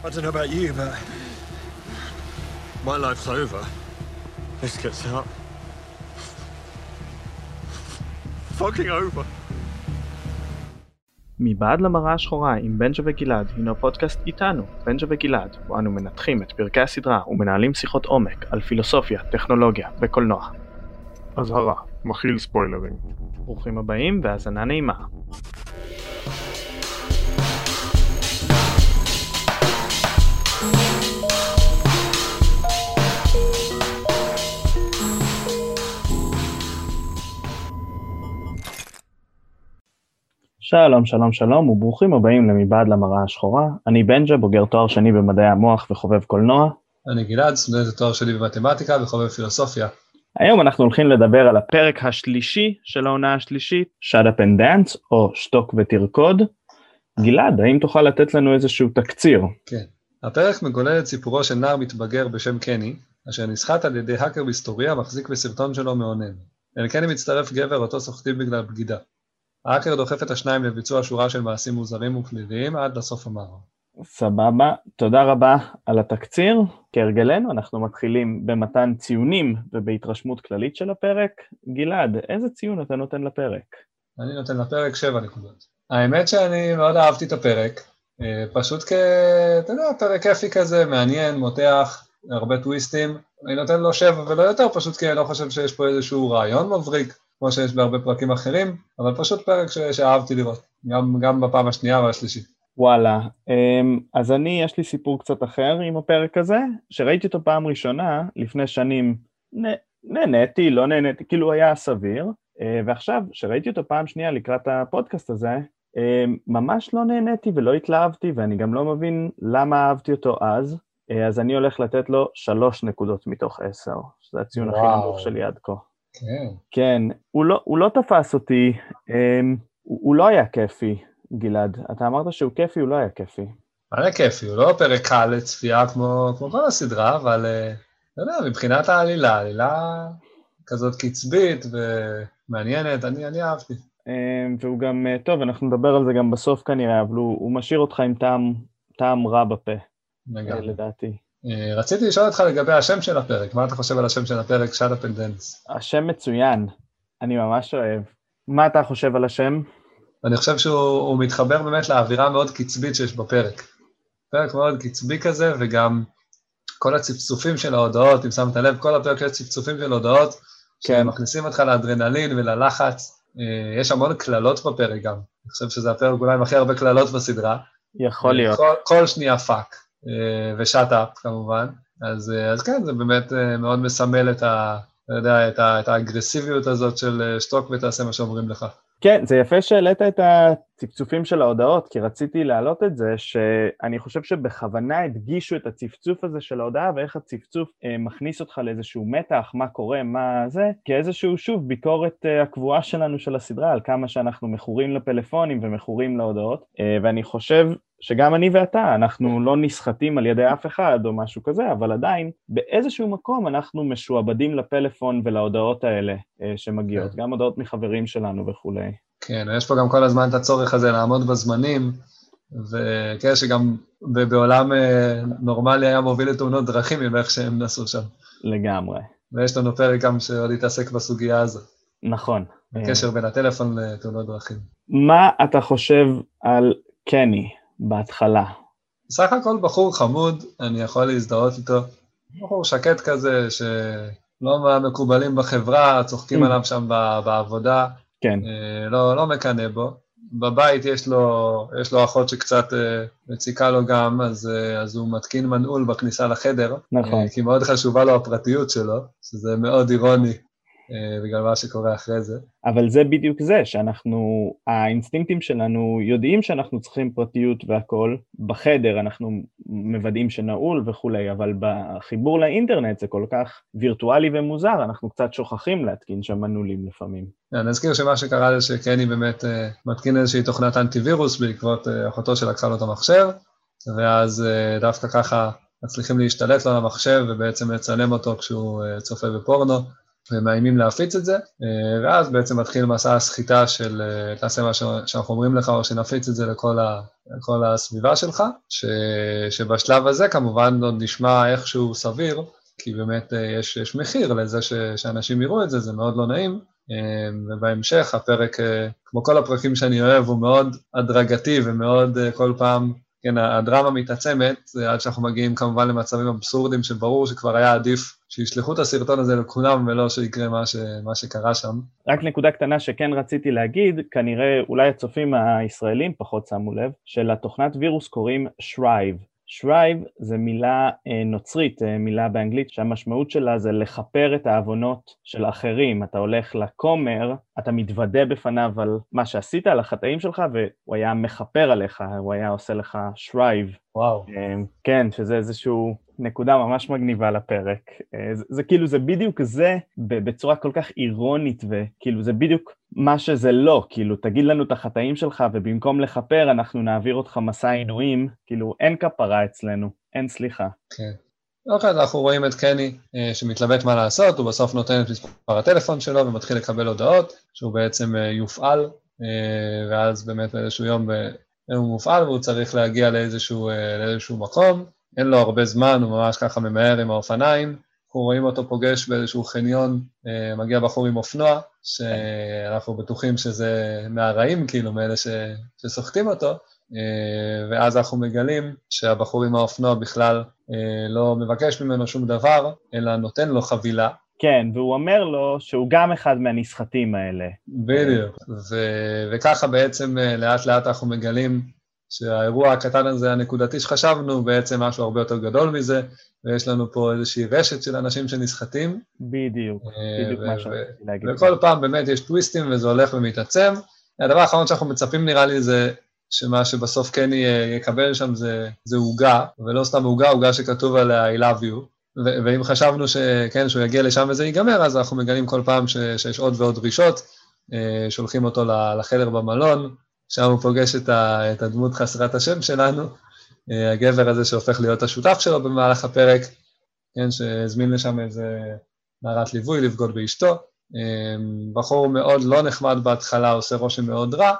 I don't know about you, but my life's over. This gets out. Fucking over. מבעד למראה השחורה עם בנג'ה וגלעד הינו פודקאסט איתנו, בנג'ה וגלעד, בו אנו מנתחים את פרקי הסדרה ומנהלים שיחות עומק על פילוסופיה, טכנולוגיה וקולנוע. אזהרה, מכיל ספוילרים. ברוכים הבאים והאזנה נעימה. שלום, שלום, שלום, וברוכים הבאים למבעד למראה השחורה. אני בנג'ה, בוגר תואר שני במדעי המוח וחובב קולנוע. אני גלעד, סטודנט לתואר שני במתמטיקה וחובב פילוסופיה. היום אנחנו הולכים לדבר על הפרק השלישי של העונה השלישית, Shut Up and Dance, או שתוק ותרקוד. גלעד, האם תוכל לתת לנו איזשהו תקציר? כן. הפרק מגולל את סיפורו של נער מתבגר בשם קני, אשר נסחט על ידי האקר בהיסטוריה המחזיק בסרטון שלו מעונן. אל קני מצטרף גבר אותו סוחטים בגלל בגידה. האקר דוחף את השניים לביצוע שורה של מעשים מוזרים ופליליים עד לסוף המערב. סבבה, תודה רבה על התקציר. כהרגלנו אנחנו מתחילים במתן ציונים ובהתרשמות כללית של הפרק. גלעד, איזה ציון אתה נותן לפרק? אני נותן לפרק 7 נקודות. האמת שאני מאוד אהבתי את הפרק, פשוט אתה יודע, פרק כיפי כזה, מעניין, מותח, הרבה טוויסטים. אני נותן לו 7 ולא יותר, פשוט כי אני לא חושב שיש פה איזשהו רעיון מבריק, כמו שיש בהרבה פרקים אחרים, אבל פשוט פרק שאהבתי לראות, גם בפעם השנייה והשלישית. וואלה, אז יש לי סיפור קצת אחר עם הפרק הזה, שראיתי אותו פעם ראשונה, לפני שנים, נהניתי, לא נהניתי, כאילו היה סביר, ועכשיו, שראיתי אותו פעם שנייה לקראת הפודקאסט הזה, ממש לא נהניתי ולא התלהבתי, ואני גם לא מבין למה אהבתי אותו אז אני הולך לתת לו 3 נקודות מתוך 10, שזה הציון הכי נמוך שלי עד כה. כן, הוא לא תפס אותי, הוא לא היה כיפי, גלעד. אתה אמרת שהוא כיפי, הוא לא היה כיפי. היה כיפי, הוא לא פרק קל לצפייה כמו כל הסדרה, אבל לא יודע, מבחינת העלילה כזאת קצבית ומעניינת, אני אהבתי. והוא גם, טוב, אנחנו נדבר על זה גם בסוף כנראה, אבל הוא משאיר אותך עם טעם רע בפה, לדעתי. רציתי לשאול אותך לגבי השם של הפרק, מה אתה חושב על השם של הפרק, Shut Up and Dance? השם מצוין, אני ממש אוהב. מה אתה חושב על השם? אני חושב שהוא מתחבר באמת לאווירה מאוד קצבית שיש בפרק. פרק מאוד קצבי כזה, וגם כל הצפצופים של ההודעות, אם שמת לב, כל הפרק יש צפצופים של הודעות, שמכניסים אותך לאדרנלין וללחץ. יש המון כללות בפרק גם. אני חושב שזה הפרק אולי עם הכי הרבה כללות בסדרה. יכול להיות. כל שנייה פאק. ושאט אפ כמובן, אז כן, זה באמת מאוד מסמל את האגרסיביות הזאת של שתוק ותעשה מה שאומרים לך. כן, זה יפה שהעלית את הצפצופים של ההודעות, כי רציתי להעלות את זה, שאני חושב שבכוונה הדגישו את הצפצוף הזה של ההודעה, ואיך הצפצוף מכניס אותך לאיזשהו מתח, מה קורה, מה זה, כאיזשהו שוב ביקורת הקבועה שלנו של הסדרה, על כמה שאנחנו מכורים לפלאפונים ומכורים להודעות, ואני חושב שגם אני ואתה, אנחנו לא נסחטים על ידי אף אחד או משהו כזה, אבל עדיין באיזשהו מקום אנחנו משועבדים לפלאפון ולהודעות האלה שמגיעות, גם הודעות מחברים שלנו וכולי. כן, יש פה גם כל הזמן את הצורך הזה לעמוד בזמנים, וכן שגם בעולם נורמלי היה מוביל לתאונות דרכים עם איך שהם נסו שם. לגמרי. ויש לנו פרק גם שעוד יתעסק בסוגיה הזאת. נכון. הקשר בין הטלפון לתאונות דרכים. מה אתה חושב על קני בהתחלה? סך הכל בחור חמוד, אני יכול להזדהות איתו. בחור שקט כזה, שלא מהמקובלים בחברה, צוחקים עליו שם בעבודה. כן. לא מקנא בו. בבית יש לו אחות שקצת מציקה לו גם, אז הוא מתקין מנעול בכניסה לחדר. נכון. כי מאוד חשובה לו הפרטיות שלו, שזה מאוד אירוני. בגלל מה שקורה אחרי זה. אבל זה בדיוק זה, האינסטינקטים שלנו יודעים שאנחנו צריכים פרטיות והכל, בחדר אנחנו מוודאים שנעול וכולי, אבל בחיבור לאינטרנט זה כל כך וירטואלי ומוזר, אנחנו קצת שוכחים להתקין שם מנעולים לפעמים. אני אזכיר שמה שקרה זה שקני באמת מתקין איזושהי תוכנת אנטיווירוס בעקבות אחותו שלקחה לו את המחשב, ואז דווקא ככה מצליחים להשתלט לו על המחשב ובעצם לצלם אותו כשהוא צופה בפורנו, ומאיימים להפיץ את זה, ואז בעצם מתחיל מסע הסחיטה של תעשה מה שאנחנו אומרים לך, או שנפיץ את זה לכל הסביבה שלך, שבשלב הזה כמובן עוד נשמע איכשהו סביר, כי באמת יש מחיר לזה שאנשים יראו את זה, זה מאוד לא נעים, ובהמשך הפרק, כמו כל הפרקים שאני אוהב, הוא מאוד הדרגתי ומאוד כל פעם, כן, הדרמה מתעצמת, עד שאנחנו מגיעים כמובן למצבים אבסורדים שברור שכבר היה עדיף שישלחו את הסרטון הזה לכולם ולא שיקרה מה שקרה שם. רק נקודה קטנה שכן רציתי להגיד, כנראה אולי הצופים הישראלים פחות שמו לב, שלתוכנת וירוס קוראים שרייב. שרייב זה מילה נוצרית, מילה באנגלית, שהמשמעות שלה זה לחפר את העוונות של אחרים. אתה הולך לכומר, אתה מתוודה בפניו על מה שעשית, על החטאים שלך, והוא היה מחפר עליך, הוא היה עושה לך שרייב. וואו. כן, שזה איזשהו נקודה ממש מגניבה לפרק. זה כאילו, זה בדיוק זה, בצורה כל כך אירונית, וכאילו זה בדיוק מה שזה לא, כאילו תגיד לנו את החטאים שלך, ובמקום לחפר אנחנו נעביר אותך מסע עינויים, כאילו אין כפרה אצלנו, אין סליחה. כן. אוקיי, אנחנו רואים את קני שמתלבט מה לעשות, הוא בסוף נותן את מספר הטלפון שלו ומתחיל לקבל הודעות, שהוא בעצם יופעל, ואז באמת באיזשהו יום הוא מופעל והוא צריך להגיע לאיזשהו מקום, אין לו הרבה זמן, הוא ממש ככה ממהר עם האופניים, אנחנו רואים אותו פוגש באיזשהו חניון, מגיע בחור עם אופנוע, שאנחנו בטוחים שזה מהרעים, כאילו, מאלה שסוחטים אותו, ואז אנחנו מגלים שהבחור עם האופנוע בכלל לא מבקש ממנו שום דבר, אלא נותן לו חבילה. כן, והוא אומר לו שהוא גם אחד מהנסחטים האלה. בדיוק, וככה בעצם לאט לאט אנחנו מגלים שהאירוע הקטן הזה הנקודתי שחשבנו בעצם משהו הרבה יותר גדול מזה, ויש לנו פה איזושהי רשת של אנשים שנסחטים. בדיוק מה שרציתי להגיד. וכל פעם באמת יש טוויסטים וזה הולך ומתעצם. הדבר האחרון שאנחנו מצפים נראה לי זה שמה שבסוף קני יקבל שם זה הוגה, ולא סתם הוגה שכתוב עליה I love you, ואם חשבנו שכן, שהוא יגיע לשם וזה ייגמר, אז אנחנו מגלים כל פעם שיש עוד ועוד דרישות, שולחים אותו לחדר במלון, שם הוא פוגש את הדמות חסרת השם שלנו, הגבר הזה שהופך להיות השותף שלו במהלך הפרק, כן, שהזמין לשם איזה נערת ליווי לבגוד באשתו, בחור מאוד לא נחמד בהתחלה, עושה רושם מאוד רע,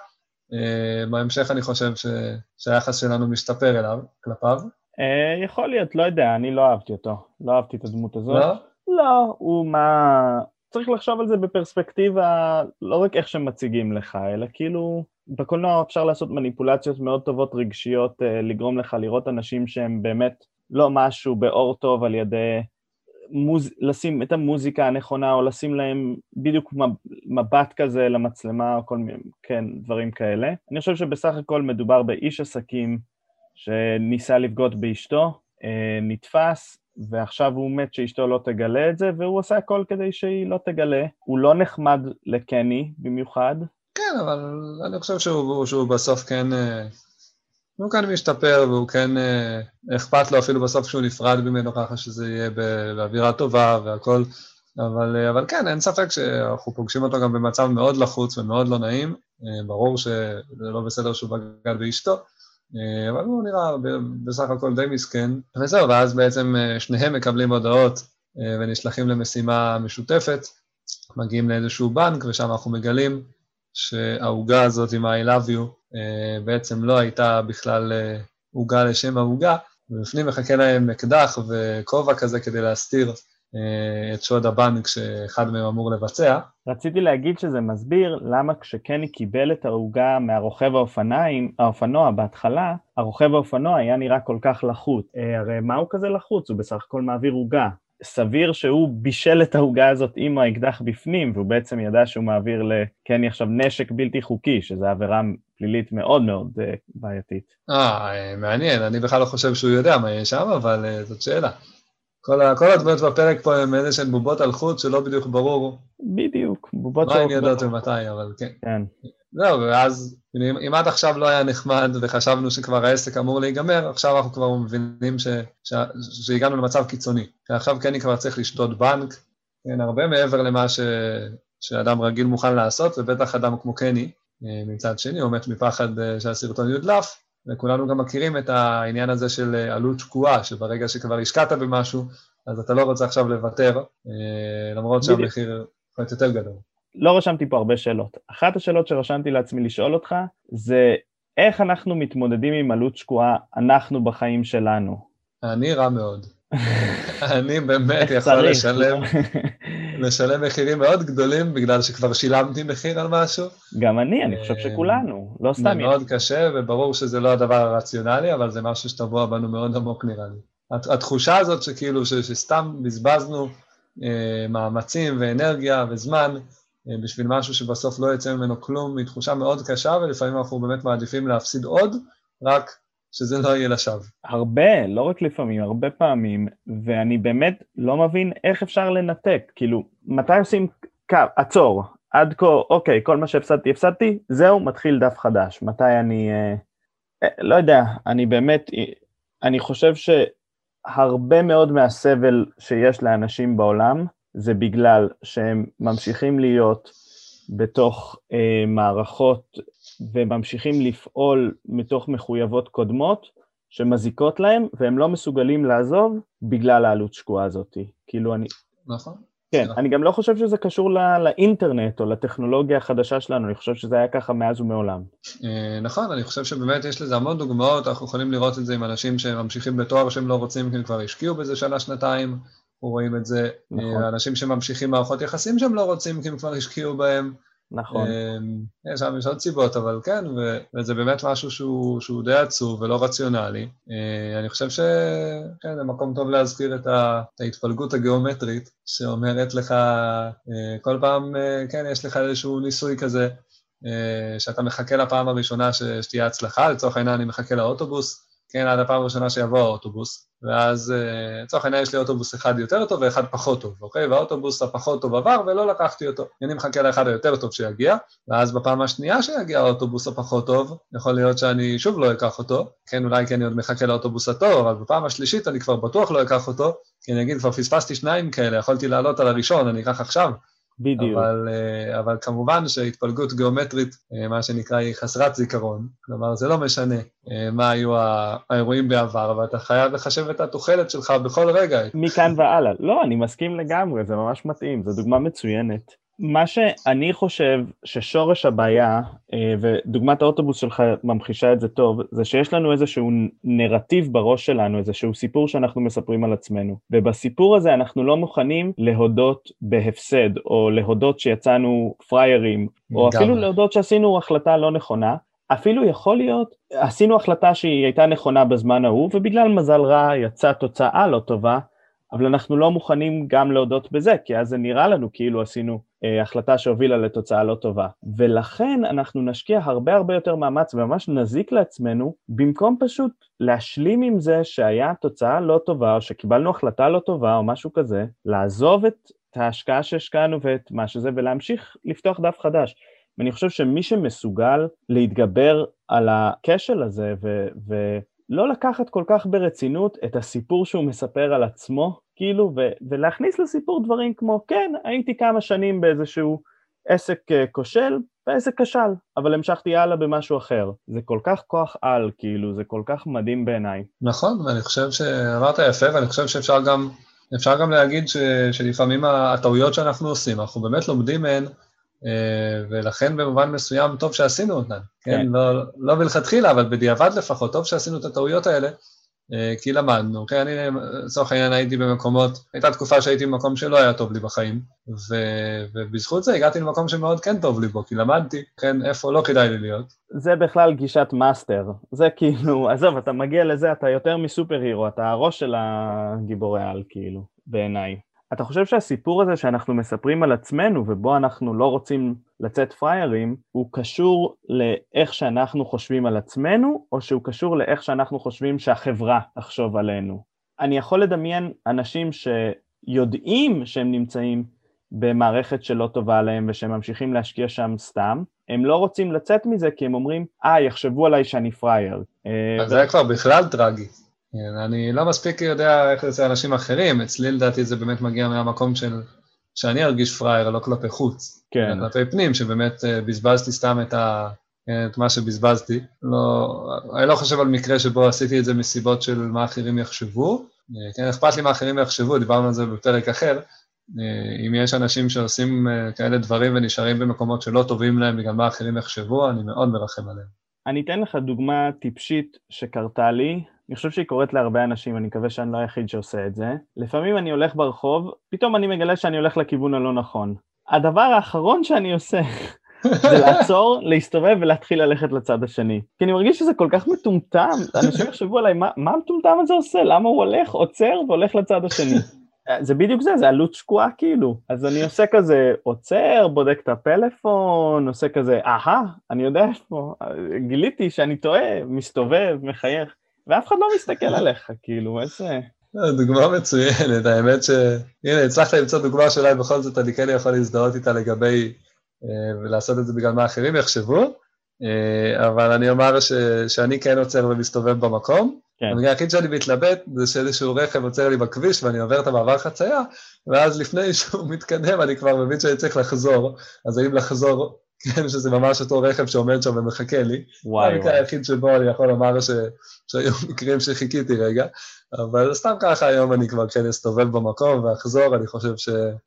בהמשך אני חושב שהיחס שלנו משתפר כלפיו. יכול להיות, לא יודע, אני לא אהבתי אותו, לא אהבתי את הדמות הזאת. לא? לא, הוא צריך לחשוב על זה בפרספקטיבה, לא רק איך שמציגים לך, אלא כאילו, בקולנוע אפשר לעשות מניפולציות מאוד טובות רגשיות, לגרום לך לראות אנשים שהם באמת לא משהו באור טוב על ידי לשים את המוזיקה הנכונה, או לשים להם בדיוק מבט כזה למצלמה, או כל מיני, כן, דברים כאלה. אני חושב שבסך הכל מדובר באיש עסקים שניסה לבגוד באשתו, נתפס, ועכשיו הוא מת שאשתו לא תגלה את זה, והוא עושה הכל כדי שהיא לא תגלה. הוא לא נחמד לקני במיוחד. כן, אבל אני חושב שהוא בסוף כן, הוא כאן משתפר, והוא כן אכפת לו אפילו בסוף שהוא נפרד ממנו ככה שזה יהיה באווירה טובה והכל, אבל כן, אין ספק שאנחנו פוגשים אותו גם במצב מאוד לחוץ ומאוד לא נעים, ברור שזה לא בסדר שהוא בגד באשתו, אבל הוא נראה בסך הכל די מסכן, וזהו, ואז בעצם שניהם מקבלים הודעות ונשלחים למשימה משותפת, מגיעים לאיזשהו בנק ושם אנחנו מגלים שההוגה הזאת עם I love you בעצם לא הייתה בכלל הוגה לשם ההוגה, ובפנים מחכה להם מקדח וכובע כזה כדי להסתיר את שוד הבנק שאחד מהם אמור לבצע. רציתי להגיד שזה מסביר למה כשקני קיבל את ההוגה מהרוכב האופנוע בהתחלה, הרוכב האופנוע היה נראה כל כך לחוץ. הרי מה הוא כזה לחוץ? הוא בסך הכל מעביר הוגה. סביר שהוא בישל את ההוגה הזאת עם האקדח בפנים, והוא בעצם ידע שהוא מעביר לקני עכשיו נשק בלתי חוקי, שזו עבירה פלילית מאוד מאוד בעייתית. מעניין, אני בכלל לא חושב שהוא יודע מה יש שם, אבל זאת שאלה. כל הדמות בפרק פה הם איזה שהן בובות על חוץ שלא בדיוק ברור. בדיוק, בובות מה הן יודעות ומתי, אבל כן. כן. זהו, ואז אם עד עכשיו לא היה נחמד וחשבנו שכבר העסק אמור להיגמר, עכשיו אנחנו כבר מבינים שהגענו למצב קיצוני. עכשיו קני כבר צריך לשדוד בנק, כן, הרבה מעבר למה שאדם רגיל מוכן לעשות, ובטח אדם כמו קני, מצד שני, הוא מת מפחד שהסרטון יודלף, וכולנו גם מכירים את העניין הזה של עלות שקועה, שברגע שכבר השקעת במשהו, אז אתה לא רוצה עכשיו לוותר, למרות שהמחיר יכול להיות יותר גדול. לא רשמתי פה הרבה שאלות. אחת השאלות שרשמתי לעצמי לשאול אותך, זה איך אנחנו מתמודדים עם עלות שקועה, אנחנו בחיים שלנו. אני רע מאוד. אני באמת יכול לשלם מחירים מאוד גדולים, בגלל שכבר שילמתי מחיר על משהו. גם אני חושב שכולנו, לא סתם. זה מאוד קשה, וברור שזה לא הדבר הרציונלי, אבל זה משהו שטבוע בנו מאוד עמוק נראה לי. התחושה הזאת שכאילו, שסתם בזבזנו מאמצים ואנרגיה וזמן, בשביל משהו שבסוף לא יצא ממנו כלום, היא תחושה מאוד קשה, ולפעמים אנחנו באמת מעדיפים להפסיד עוד, רק שזה לא יהיה לשווא. הרבה, לא רק לפעמים, הרבה פעמים, ואני באמת לא מבין איך אפשר לנתק, כאילו, מתי עושים קו, עצור, עד כה, אוקיי, כל מה שהפסדתי, זהו, מתחיל דף חדש, מתי אני, לא יודע, אני באמת, אני חושב שהרבה מאוד מהסבל שיש לאנשים בעולם, זה בגלל שהם ממשיכים להיות בתוך מערכות וממשיכים לפעול מתוך מחויבות קודמות שמזיקות להם, והם לא מסוגלים לעזוב בגלל העלות שקועה הזאת. כאילו אני... נכון. כן, אני גם לא חושב שזה קשור לאינטרנט או לטכנולוגיה החדשה שלנו, אני חושב שזה היה ככה מאז ומעולם. נכון, אני חושב שבאמת יש לזה המון דוגמאות, אנחנו יכולים לראות את זה עם אנשים שממשיכים בתואר שהם לא רוצים, כי הם כבר השקיעו בזה שנה, שנתיים, אנחנו רואים את זה, אנשים שממשיכים מערכות יחסים שהם לא רוצים, כי הם כבר השקיעו בהם. נכון. יש עוד סיבות, אבל כן, וזה באמת משהו שהוא די עצוב ולא רציונלי. אני חושב שכן, זה מקום טוב להזכיר את ההתפלגות הגיאומטרית, שאומרת לך, כל פעם, כן, יש לך איזשהו ניסוי כזה, שאתה מחכה לפעם הראשונה שתהיה הצלחה, לצורך העניין אני מחכה לאוטובוס, כן, עד הפעם הראשונה שיבוא האוטובוס, ואז לצורך העניין יש לי אוטובוס אחד יותר טוב ואחד פחות טוב, אוקיי? והאוטובוס הפחות טוב עבר ולא לקחתי אותו. אני מחכה לאחד היותר טוב שיגיע, ואז בפעם השנייה שיגיע האוטובוס הפחות טוב, יכול להיות שאני שוב לא אקח אותו, כן, אולי כי אני עוד מחכה לאוטובוס הטוב, אבל בפעם השלישית אני כבר בטוח לא אקח אותו, כי אני אגיד, כבר פספסתי שניים כאלה, יכולתי לעלות על הראשון, אני אקח עכשיו. בדיוק. אבל כמובן שהתפלגות גיאומטרית, מה שנקרא, היא חסרת זיכרון. כלומר, זה לא משנה מה היו האירועים בעבר, ואתה חייב לחשב את התוחלת שלך בכל רגע. מכאן והלאה. לא, אני מסכים לגמרי, זה ממש מתאים, זו דוגמה מצוינת. מה שאני חושב ששורש הבעיה, ודוגמת האוטובוס שלך ממחישה את זה טוב, זה שיש לנו איזשהו נרטיב בראש שלנו, איזשהו סיפור שאנחנו מספרים על עצמנו, ובסיפור הזה אנחנו לא מוכנים להודות בהפסד, או להודות שיצאנו פריירים, או אפילו להודות שעשינו החלטה לא נכונה, אפילו יכול להיות, עשינו החלטה שהיא הייתה נכונה בזמן ההוא, ובגלל מזל רע יצאה תוצאה לא טובה, אבל אנחנו לא מוכנים גם להודות בזה, כי אז זה נראה לנו כאילו עשינו החלטה שהובילה לתוצאה לא טובה. ולכן אנחנו נשקיע הרבה יותר מאמץ, וממש נזיק לעצמנו, במקום פשוט להשלים עם זה שהיה תוצאה לא טובה, או שקיבלנו החלטה לא טובה, או משהו כזה, לעזוב את ההשקעה שהשקענו ואת מה שזה, ולהמשיך לפתוח דף חדש. ואני חושב שמי שמסוגל להתגבר על הכשל הזה, ולא לקחת כל כך ברצינות את הסיפור שהוא מספר על עצמו, כאילו, ולהכניס לסיפור דברים כמו, כן, הייתי כמה שנים באיזשהו עסק כושל, ועסק כשל, אבל המשכתי הלאה במשהו אחר. זה כל כך כוח על, כאילו, זה כל כך מדהים בעיניי. נכון, ואני חושב שאמרת יפה, ואני חושב שאפשר גם להגיד שלפעמים הטעויות שאנחנו עושים, אנחנו באמת לומדים מהן, ולכן במובן מסוים טוב שעשינו אותן, כן? לא מלכתחילה, אבל בדיעבד לפחות, טוב שעשינו את הטעויות האלה, כי למדנו, כן? אני לצורך העניין הייתי במקומות, הייתה תקופה שהייתי במקום שלא היה טוב לי בחיים, ובזכות זה הגעתי למקום שמאוד כן טוב לי בו, כי למדתי, כן, איפה לא כדאי לי להיות. זה בכלל גישת מאסטר, זה כאילו, עזוב, אתה מגיע לזה, אתה יותר מסופר הירו, אתה הראש של הגיבורי על, כאילו, בעיניי. אתה חושב שהסיפור הזה שאנחנו מספרים על עצמנו, ובו אנחנו לא רוצים לצאת פריירים, הוא קשור לאיך שאנחנו חושבים על עצמנו, או שהוא קשור לאיך שאנחנו חושבים שהחברה תחשוב עלינו? אני יכול לדמיין אנשים שיודעים שהם נמצאים במערכת שלא טובה עליהם, ושהם ממשיכים להשקיע שם סתם, הם לא רוצים לצאת מזה, כי הם אומרים, יחשבו עליי שאני פרייר. אז זה כבר בכלל טרגי. אני לא מספיק יודע איך זה אנשים אחרים, אצלי לדעתי זה באמת מגיע מהמקום שאני ארגיש פרייר, לא כלפי חוץ, כן. כלפי פנים, שבאמת בזבזתי סתם את מה שבזבזתי. אני לא חושב על מקרה שבו עשיתי את זה מסיבות של מה אחרים יחשבו, כן, אכפת לי מה אחרים יחשבו, דיברנו על זה בפרק אחר, אם יש אנשים שעושים כאלה דברים ונשארים במקומות שלא טובים להם בגלל מה אחרים יחשבו, אני מאוד מרחם עליהם. אני אתן לך דוגמה טיפשית שקרתה לי, אני חושב שהיא קורית להרבה אנשים, אני מקווה שאני לא היחיד שעושה את זה. לפעמים אני הולך ברחוב, פתאום אני מגלה שאני הולך לכיוון הלא נכון. הדבר האחרון שאני עושה זה לעצור, להסתובב ולהתחיל ללכת לצד השני. כי אני מרגיש שזה כל כך מטומטם, אנשים יחשבו עליי, מה המטומטם הזה עושה? למה הוא הולך, עוצר והולך לצד השני? זה בדיוק זה עלות שקועה כאילו. אז אני עושה כזה, עוצר, בודק את הפלאפון, עושה כזה, אני יודע איפה, גיליתי שאני טועה, מסתובב, מחייך, ואף אחד לא מסתכל עליך, כאילו, איזה... דוגמה מצוינת, האמת הנה, הצלחת למצוא דוגמה שאולי בכל זאת אני כן יכול להזדהות איתה לגבי, ולעשות את זה בגלל מה אחרים יחשבו, אבל אני אומר שאני כן עוצר ומסתובב במקום, המקרה היחיד שאני מתלבט זה שאיזשהו רכב עוצר לי בכביש ואני עובר את המעבר חצייה, ואז לפני שהוא מתקדם אני כבר מבין שאני צריך לחזור, אז האם לחזור, כן, שזה ממש אותו רכב שעומד שם ומחכה לי, זה המקרה היחיד שבו אני יכול לומר שהיו מקרים שחיכיתי רגע, אבל סתם ככה היום אני כבר כן אסתובב במקום ואחזור, אני חושב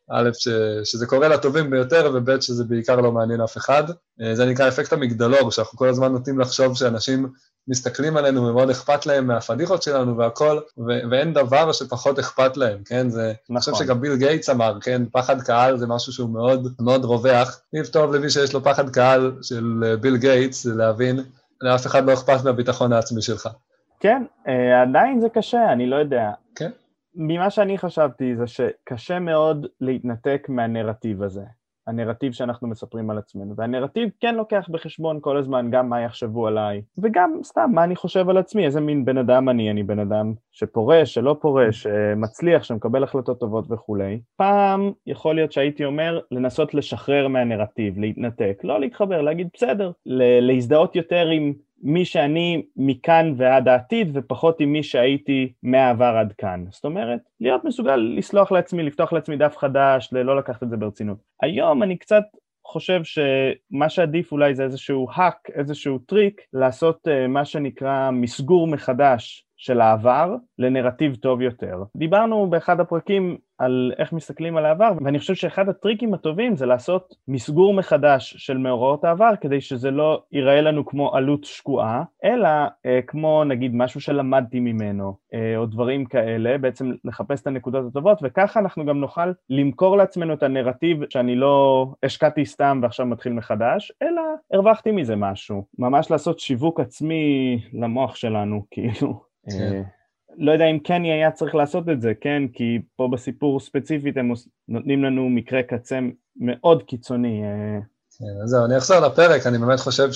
שזה קורה לטובים ביותר, וב' שזה בעיקר לא מעניין אף אחד, זה נקרא אפקט המגדלור, שאנחנו כל הזמן נוטים לחשוב שאנשים מסתכלים עלינו ומאוד אכפת להם מהפדיחות שלנו והכל, ואין דבר שפחות אכפת להם, כן? זה, אני חושב שגם ביל גייטס אמר, כן? פחד קהל זה משהו שהוא מאוד, מאוד רווח. טוב למי שיש לו פחד קהל של ביל גייטס, זה להבין, לאף אחד לא אכפת מהביטחון העצמי שלך. כן, עדיין זה קשה, אני לא יודע. כן. ממה שאני חשבתי זה שקשה מאוד להתנתק מהנרטיב הזה. הנרטיב שאנחנו מספרים על עצמנו, והנרטיב כן לוקח בחשבון כל הזמן גם מה יחשבו עליי, וגם סתם מה אני חושב על עצמי, איזה מין בן אדם אני בן אדם שפורש, שלא פורש, מצליח, שמקבל החלטות טובות וכולי. פעם יכול להיות שהייתי אומר לנסות לשחרר מהנרטיב, להתנתק, לא להתחבר, להגיד בסדר, להזדהות יותר עם מי שאני מכאן ועד העתיד, ופחות עם מי שהייתי מהעבר עד כאן. זאת אומרת, להיות מסוגל לסלוח לעצמי, לפתוח לעצמי דף חדש, לא לקחת את זה ברצינות. היום אני קצת חושב שמה שעדיף אולי זה איזשהו hack, איזשהו טריק, לעשות מה שנקרא מסגור מחדש של העבר לנרטיב טוב יותר. דיברנו באחד הפרקים על איך מסתכלים על העבר, ואני חושב שאחד הטריקים הטובים זה לעשות מסגור מחדש של מאורעות העבר, כדי שזה לא ייראה לנו כמו עלות שקועה, אלא כמו נגיד משהו שלמדתי ממנו, או דברים כאלה, בעצם לחפש את הנקודות הטובות, וככה אנחנו גם נוכל למכור לעצמנו את הנרטיב שאני לא השקעתי סתם ועכשיו מתחיל מחדש, אלא הרווחתי מזה משהו. ממש לעשות שיווק עצמי למוח שלנו, כאילו. לא יודע אם כן היה צריך לעשות את זה, כן? כי פה בסיפור ספציפית הם נותנים לנו מקרה קצה מאוד קיצוני. אז זהו, אני אחזור לפרק, אני באמת חושב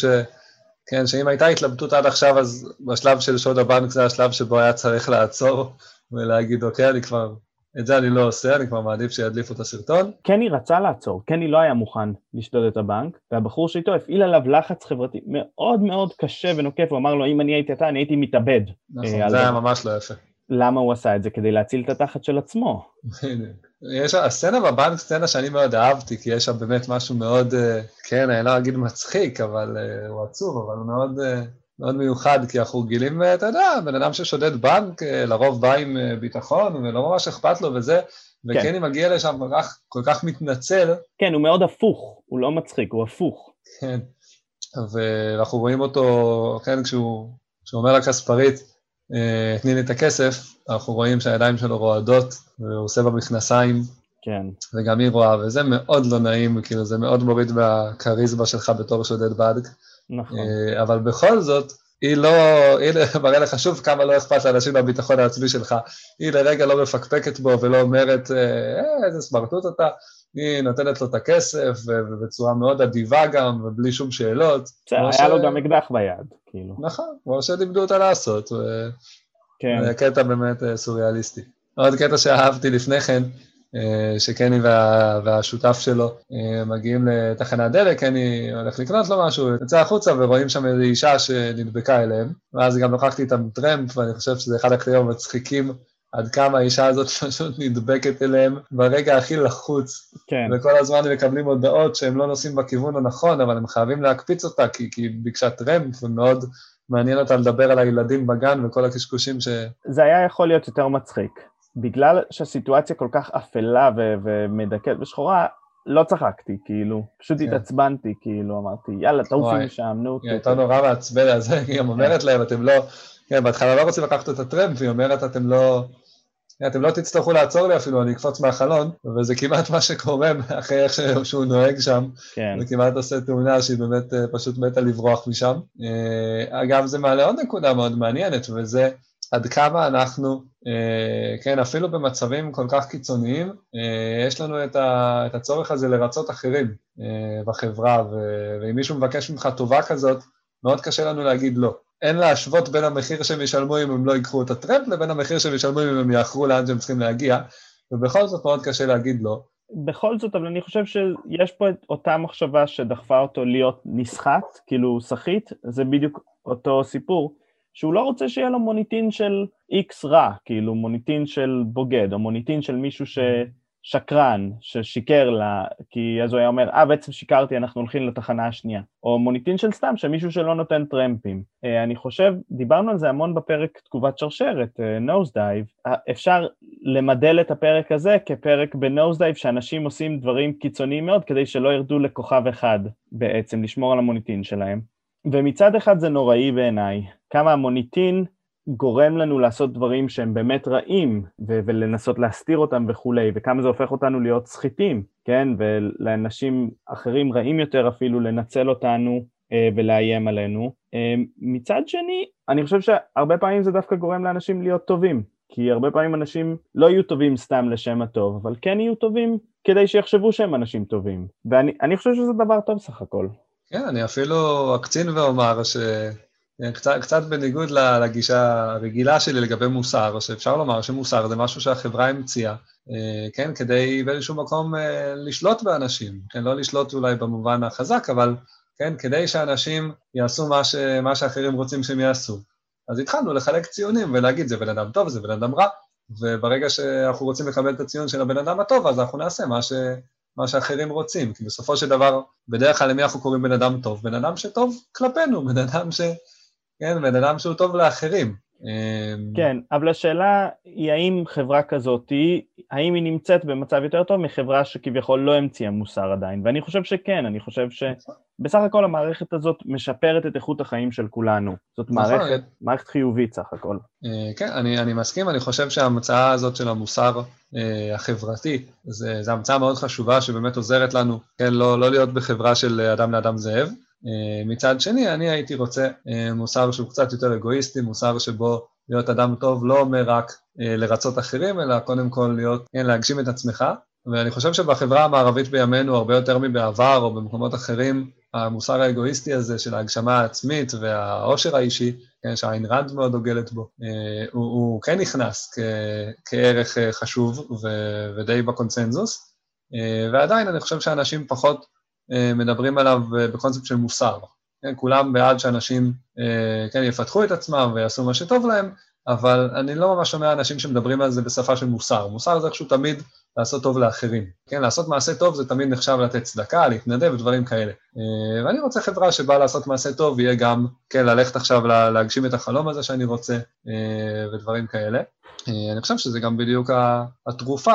שאם הייתה התלבטות עד עכשיו, אז בשלב של שוד הבנק זה השלב שבו היה צריך לעצור ולהגיד, אוקיי, את זה אני לא עושה, אני כבר מעדיף שידליפו את הסרטון. קני רצה לעצור, קני לא היה מוכן לשדוד את הבנק, והבחור שאיתו הפעיל עליו לחץ חברתי מאוד מאוד קשה ונוקף, הוא אמר לו, אם אני הייתי אתה, אני הייתי מתאבד. נכון, זה היה ממש לא יפה. למה הוא עשה את זה? כדי להציל את התחת של עצמו. יש הסצנה בבנק, סצנה שאני מאוד אהבתי, כי יש שם באמת משהו מאוד, כן, אני לא אגיד מצחיק, אבל הוא עצוב, אבל הוא מאוד... מאוד מיוחד, כי אנחנו גילים, אתה יודע, בן אדם ששודד בנק, לרוב בא עם ביטחון, ולא ממש אכפת לו וזה, וכן, אם מגיע לשם כל כך מתנצל. כן, הוא מאוד הפוך, הוא לא מצחיק, הוא הפוך. כן, ואנחנו רואים אותו, כן, כשהוא אומר לכספרית, תני לי את הכסף, אנחנו רואים שהידיים שלו רועדות, והוא עושה במכנסיים, כן. וגם היא רואה, וזה מאוד לא נעים, כאילו זה מאוד מוריד מהקריזמה שלך בתור שודד בנק. נכון. אבל בכל זאת, היא מראה לך שוב כמה לא אכפת לאנשים מהביטחון העצמי שלך, היא לרגע לא מפקפקת בו ולא אומרת, איזה סמרטוט אתה, היא נותנת לו את הכסף, ובצורה מאוד אדיבה גם, ובלי שום שאלות. היה לו גם אקדח ביד, כאילו. נכון, כמו שלימדו אותה לעשות, כן. קטע באמת סוריאליסטי. עוד קטע שאהבתי לפני כן, שקני והשותף שלו מגיעים לתחנת דלק, קני הולך לקנות לו משהו, יוצא החוצה ורואים שם איזו אישה שנדבקה אליהם, ואז גם נוכחתי איתם טרמפ, ואני חושב שזה אחד הקטעים המצחיקים, עד כמה האישה הזאת פשוט נדבקת אליהם ברגע הכי לחוץ, כן. וכל הזמן הם מקבלים הודעות שהם לא נוסעים בכיוון הנכון, אבל הם חייבים להקפיץ אותה, כי היא ביקשה טרמפ, ומאוד מעניין אותה לדבר על הילדים בגן וכל הקשקושים זה היה יכול להיות יותר מצחיק. בגלל שהסיטואציה כל כך אפלה ומדכאת ושחורה, לא צחקתי, כאילו, פשוט התעצבנתי, כאילו, אמרתי, יאללה, תעופי משם, נו. היא הייתה נורא מעצבנת, אז היא גם אומרת להם, אתם לא, בהתחלה לא רוצים לקחת את הטרמפ, והיא אומרת, אתם לא תצטרכו לעצור לי אפילו, אני אקפוץ מהחלון, וזה כמעט מה שקורה אחרי איך שהוא נוהג שם, וכמעט עושה תאונה שהיא באמת פשוט מתה לברוח משם. אגב, זה מעלה עוד נקודה מאוד מעניינת, וזה עד כמה אנחנו, כן, אפילו במצבים כל כך קיצוניים, יש לנו את הצורך הזה לרצות אחרים בחברה, ואם מישהו מבקש ממך טובה כזאת, מאוד קשה לנו להגיד לא. אין להשוות בין המחיר שהם ישלמו אם הם לא ייקחו את הטרמפ, לבין המחיר שהם ישלמו אם הם יאחרו לאן שהם צריכים להגיע, ובכל זאת מאוד קשה להגיד לא. בכל זאת, אבל אני חושב שיש פה את אותה מחשבה שדחפה אותו להיות נסחט, כאילו שחית, זה בדיוק אותו סיפור, שהוא לא רוצה שיהיה לו מוניטין של X רע, כאילו מוניטין של בוגד, או מוניטין של מישהו ששקרן, ששיקר לה, כי אז הוא היה אומר, בעצם שיקרתי, אנחנו הולכים לתחנה השנייה. או מוניטין של סתם, שמישהו שלא נותן טרמפים. אני חושב, דיברנו על זה המון בפרק תגובת שרשרת, Nosedive, אפשר למדל את הפרק הזה כפרק ב-Nosedive, שאנשים עושים דברים קיצוניים מאוד, כדי שלא ירדו לכוכב אחד בעצם, לשמור על המוניטין שלהם. ומצד אחד זה נוראי בעיניי, כמה המוניטין גורם לנו לעשות דברים שהם באמת רעים, ולנסות להסתיר אותם וכולי, וכמה זה הופך אותנו להיות סחיטים, כן? ולאנשים אחרים רעים יותר אפילו לנצל אותנו ולאיים עלינו. מצד שני, אני חושב שהרבה פעמים זה דווקא גורם לאנשים להיות טובים, כי הרבה פעמים אנשים לא יהיו טובים סתם לשם הטוב, אבל כן יהיו טובים כדי שיחשבו שהם אנשים טובים, ואני חושב שזה דבר טוב סך הכל. כן, אני אפילו אקצין ואומר קצת בניגוד לגישה הרגילה שלי לגבי מוסר, שאפשר לומר שמוסר זה משהו שהחברה המציאה, כן, כדי באיזשהו מקום לשלוט באנשים, כן, לא לשלוט אולי במובן החזק, אבל כן, כדי שאנשים יעשו מה שאחרים רוצים שהם יעשו. אז התחלנו לחלק ציונים ולהגיד זה בן אדם טוב, זה בן אדם רע, וברגע שאנחנו רוצים לקבל את הציון של הבן אדם הטוב, אז אנחנו נעשה מה שאחרים רוצים, כי בסופו של דבר, בדרך כלל למי אנחנו קוראים בן אדם טוב? בן אדם שטוב כלפינו, בן אדם שהוא טוב לאחרים. כן, אבל השאלה היא האם חברה כזאת, האם היא נמצאת במצב יותר טוב מחברה שכביכול לא המציאה מוסר עדיין, ואני חושב שכן, אני חושב שבסך הכל המערכת הזאת משפרת את איכות החיים של כולנו, זאת מערכת חיובית סך הכל. כן, אני מסכים, אני חושב שההמצאה הזאת של המוסר החברתי, זו המצאה מאוד חשובה שבאמת עוזרת לנו, כן, לא להיות בחברה של אדם לאדם זאב. מצד שני, אני הייתי רוצה מוסר שהוא קצת יותר אגואיסטי, מוסר שבו להיות אדם טוב לא אומר רק לרצות אחרים, אלא קודם כל להגשים את עצמך, ואני חושב שבחברה המערבית בימינו, הרבה יותר מבעבר או במקומות אחרים, המוסר האגואיסטי הזה של ההגשמה העצמית והעושר האישי, שהאין רנד מאוד דוגלת בו, הוא כן נכנס כערך חשוב ודי בקונצנזוס, ועדיין אני חושב שאנשים פחות מדברים עליו בקונספט של מוסר. כולם בעד שאנשים יפתחו את עצמם ויעשו מה שטוב להם, אבל אני לא ממש שומע אנשים שמדברים על זה בשפה של מוסר. מוסר זה איכשהו תמיד לעשות טוב לאחרים. כן, לעשות מעשה טוב זה תמיד נחשב לתת צדקה, להתנדב ודברים כאלה. ואני רוצה חברה שבאה לעשות מעשה טוב, יהיה גם, כן, ללכת עכשיו להגשים את החלום הזה שאני רוצה, ודברים כאלה. אני חושב שזה גם בדיוק התרופה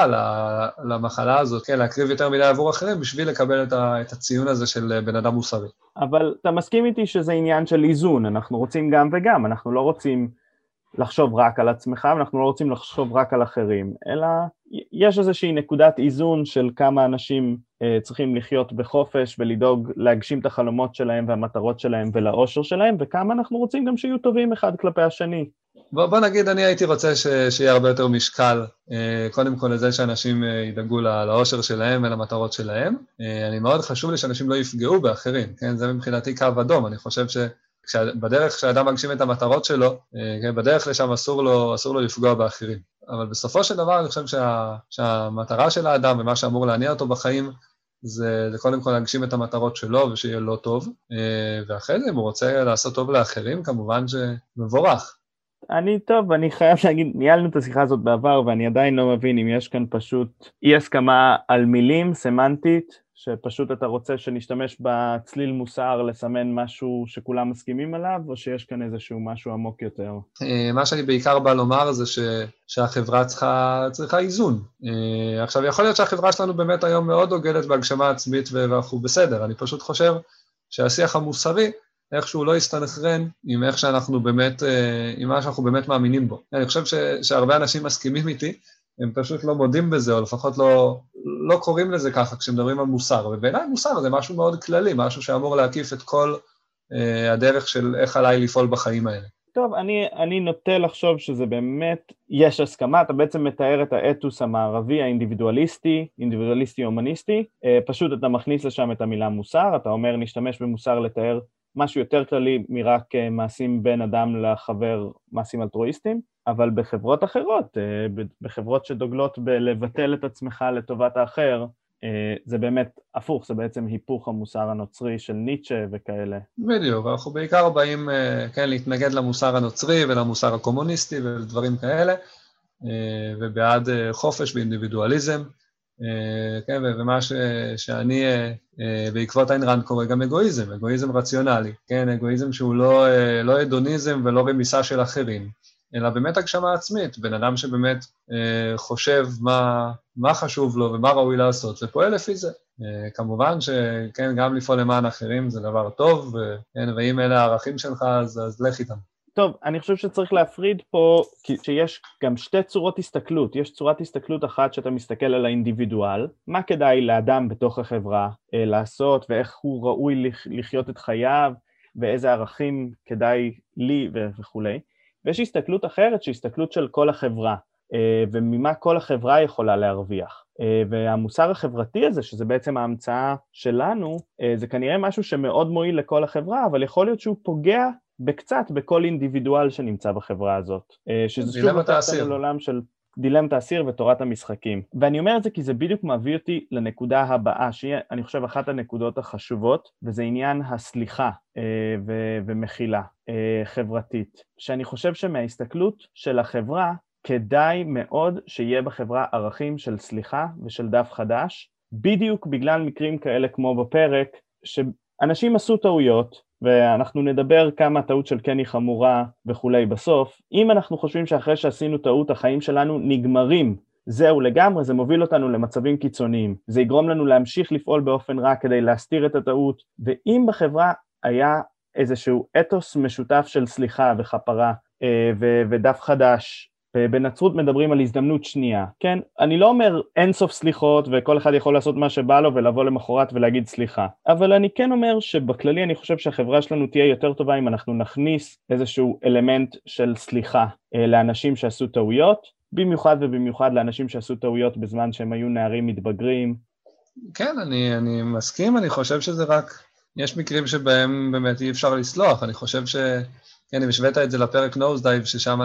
למחלה הזאת, כן, להקריב יותר מדי עבור אחרים, בשביל לקבל את הציון הזה של בן אדם מוסרי. אבל אתה מסכים איתי שזה עניין של איזון, אנחנו רוצים גם וגם, אנחנו לא רוצים לחשוב רק על עצמך, ואנחנו לא רוצים לחשוב רק על אחרים, אלא יש איזושהי נקודת איזון של כמה אנשים צריכים לחיות בחופש ולדאוג להגשים את החלומות שלהם והמטרות שלהם ולאושר שלהם, וכמה אנחנו רוצים גם שיהיו טובים אחד כלפי השני. בוא נגיד, אני הייתי רוצה שיהיה הרבה יותר משקל, קודם כל לזה שאנשים ידאגו לאושר שלהם ולמטרות שלהם. אני מאוד חשוב לי שאנשים לא יפגעו באחרים, כן? זה מבחינתי קו אדום, אני חושב שבדרך שהאדם מגשים את המטרות שלו, בדרך לשם אסור לו לפגוע באחרים. אבל בסופו של דבר אני חושב שהמטרה של האדם ומה שאמור להניע אותו בחיים, זה קודם כל להגשים את המטרות שלו ושיהיה לו טוב, ואחרי זה אם הוא רוצה לעשות טוב לאחרים, כמובן שמבורך. אני חייב להגיד, ניהלנו את השיחה הזאת בעבר, ואני עדיין לא מבין אם יש כאן פשוט אי הסכמה על מילים, סמנטית, שפשוט אתה רוצה שנשתמש בצליל מוסר לסמן משהו שכולם מסכימים עליו, או שיש כאן איזשהו משהו עמוק יותר? מה שאני בעיקר בא לומר זה שהחברה צריכה איזון. עכשיו, יכול להיות שהחברה שלנו באמת היום מאוד דוגלת בהגשמה עצמית ואנחנו בסדר. אני פשוט חושב שהשיח המוסרי איכשהו לא יסתנכרן עם איך שאנחנו באמת, עם מה שאנחנו באמת מאמינים בו. אני חושב שהרבה אנשים מסכימים איתי, הם פשוט לא מודים בזה, או לפחות לא קוראים לזה ככה כשמדברים על מוסר. ובעיניי מוסר זה משהו מאוד כללי, משהו שאמור להקיף את כל הדרך של איך עליי לפעול בחיים האלה. טוב, אני נוטה לחשוב שזה באמת, יש הסכמה, אתה בעצם מתאר את האתוס המערבי, האינדיבידואליסטי-הומניסטי, פשוט אתה מכניס לשם את המילה מוסר, אתה אומר נשתמש במוסר לתאר משהו יותר כללי מרק מעשים בין אדם לחבר, מעשים אלטרואיסטיים, אבל בחברות אחרות, בחברות שדוגלות בלבטל את עצמך לטובת האחר, זה באמת הפוך, זה בעצם היפוך המוסר הנוצרי של ניטשה וכאלה. בדיוק, אנחנו בעיקר באים להתנגד למוסר הנוצרי ולמוסר הקומוניסטי ודברים כאלה, ובעד חופש ואינדיבידואליזם, ומה שאני בעקבות איין רנד קורא גם אגואיזם רציונלי, אגואיזם שהוא לא הדוניזם ולא רמיסה של אחרים, אלא באמת הגשמה עצמית, בן אדם שבאמת חושב מה חשוב לו ומה ראוי לעשות, ופועל לפי זה. כמובן שכן, גם לפעול למען אחרים זה דבר טוב, ואם אלה הערכים שלך, אז לך איתם. טוב, אני חושב שצריך להפריד פה, שיש גם שתי צורות הסתכלות. יש צורת הסתכלות אחת שאתה מסתכל על האינדיבידואל, מה כדאי לאדם בתוך החברה לעשות, ואיך הוא ראוי לחיות את חייו, ואיזה ערכים כדאי לי וכו'. ויש הסתכלות אחרת, שהיא הסתכלות של כל החברה, וממה כל החברה יכולה להרוויח. והמוסר החברתי הזה, שזה בעצם ההמצאה שלנו, זה כנראה משהו שמאוד מועיל לכל החברה, אבל יכול להיות שהוא פוגע בקצת בכל אינדיבידואל שנמצא בחברה הזאת. שזה שוב אותנו לעולם של דילמת האסיר ותורת המשחקים. ואני אומר את זה כי זה בדיוק מביא אותי לנקודה הבאה, שהיא, אני חושב, אחת הנקודות החשובות, וזה עניין הסליחה ומחילה חברתית. שאני חושב שמההסתכלות של החברה, כדאי מאוד שיהיה בחברה ערכים של סליחה ושל דף חדש, בדיוק בגלל מקרים כאלה כמו בפרק, שאנשים עשו טעויות, ואנחנו נדבר כמה טעות של קני חמורה וכולי בסוף. אם אנחנו חושבים שאחרי שעשינו טעות, החיים שלנו נגמרים, זהו לגמרי, זה מוביל אותנו למצבים קיצוניים. זה יגרום לנו להמשיך לפעול באופן רע כדי להסתיר את הטעות, ואם בחברה היה איזשהו אתוס משותף של סליחה וחפרה ודף חדש, בנצרות מדברים על הזדמנות שנייה, כן? אני לא אומר אין סוף סליחות וכל אחד יכול לעשות מה שבא לו ולבוא למחרת ולהגיד סליחה, אבל אני כן אומר שבכללי אני חושב שהחברה שלנו תהיה יותר טובה אם אנחנו נכניס איזשהו אלמנט של סליחה לאנשים שעשו טעויות, במיוחד לאנשים שעשו טעויות בזמן שהם היו נערים מתבגרים. כן, אני מסכים, אני חושב שזה רק, יש מקרים שבהם באמת אי אפשר לסלוח, אני חושב כן, אם השווית את זה לפרק נוזדייב,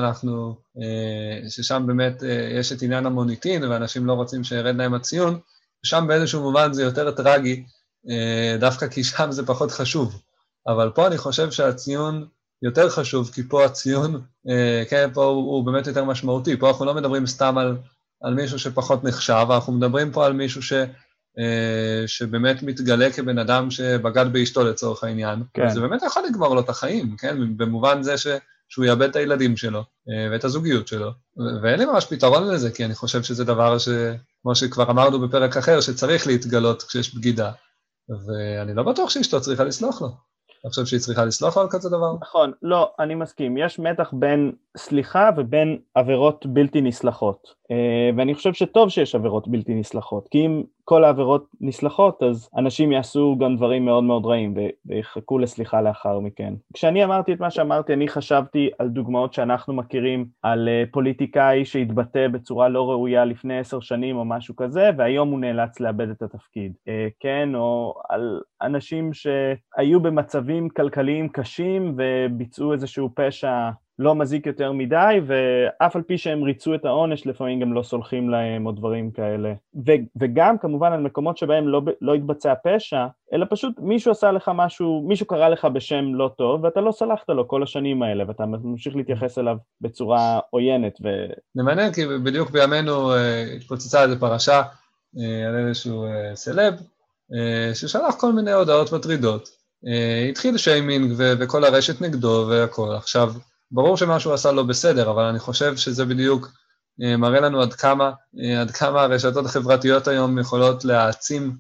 ששם באמת יש את עניין המוניטין, ואנשים לא רוצים שירד להם הציון, שם באיזשהו מובן זה יותר טרגי, דווקא כי שם זה פחות חשוב. אבל פה אני חושב שהציון יותר חשוב, כי פה הציון, כן, פה הוא באמת יותר משמעותי. פה אנחנו לא מדברים סתם על מישהו שפחות נחשב, אנחנו מדברים פה על מישהו שבאמת מתגלה כבן אדם שבגד באשתו לצורך העניין, כן. וזה באמת יכול לגמור לו את החיים, כן? במובן זה שהוא יאבד את הילדים שלו ואת הזוגיות שלו, ואין לי ממש פתרון לזה, כי אני חושב שזה דבר כמו שכבר אמרנו בפרק אחר, שצריך להתגלות כשיש בגידה, ואני לא בטוח שאשתו צריכה לסלוח לו. אני חושב שהיא צריכה לסלוח על כזה דבר? נכון, לא, אני מסכים. יש מתח בין סליחה ובין עבירות בלתי נסלחות. ואני חושב שטוב שיש עבירות בלתי נסלחות, כי אם כל העבירות נסלחות, אז אנשים יעשו גם דברים מאוד מאוד רעים, ויחכו לסליחה לאחר מכן. כשאני אמרתי את מה שאמרתי, אני חשבתי על דוגמאות שאנחנו מכירים, על פוליטיקאי שהתבטא בצורה לא ראויה לפני 10 שנים או משהו כזה, והיום הוא נאלץ לאבד את התפקיד. כן, או על אנשים שהיו במצבים כלכליים קשים, וביצעו איזשהו פשע לא מזיק יותר מדי, ואף על פי שהם ריצו את העונש, לפעמים גם לא סולחים להם או דברים כאלה. וגם כמובן על מקומות שבהם לא התבצע פשע, אלא פשוט מישהו עשה לך משהו, מישהו קרא לך בשם לא טוב, ואתה לא סלחת לו כל השנים האלה, ואתה ממשיך להתייחס אליו בצורה עוינת. זה מעניין, כי בדיוק בימינו התפוצצה איזו פרשה על איזשהו סלב, ששלח כל מיני הודעות מטרידות. התחיל שיימינג וכל הרשת נגדו והכל. עכשיו, ברור שמשהו עשה לא בסדר, אבל אני חושב שזה בדיוק מראה לנו עד כמה הרשתות החברתיות היום יכולות להעצים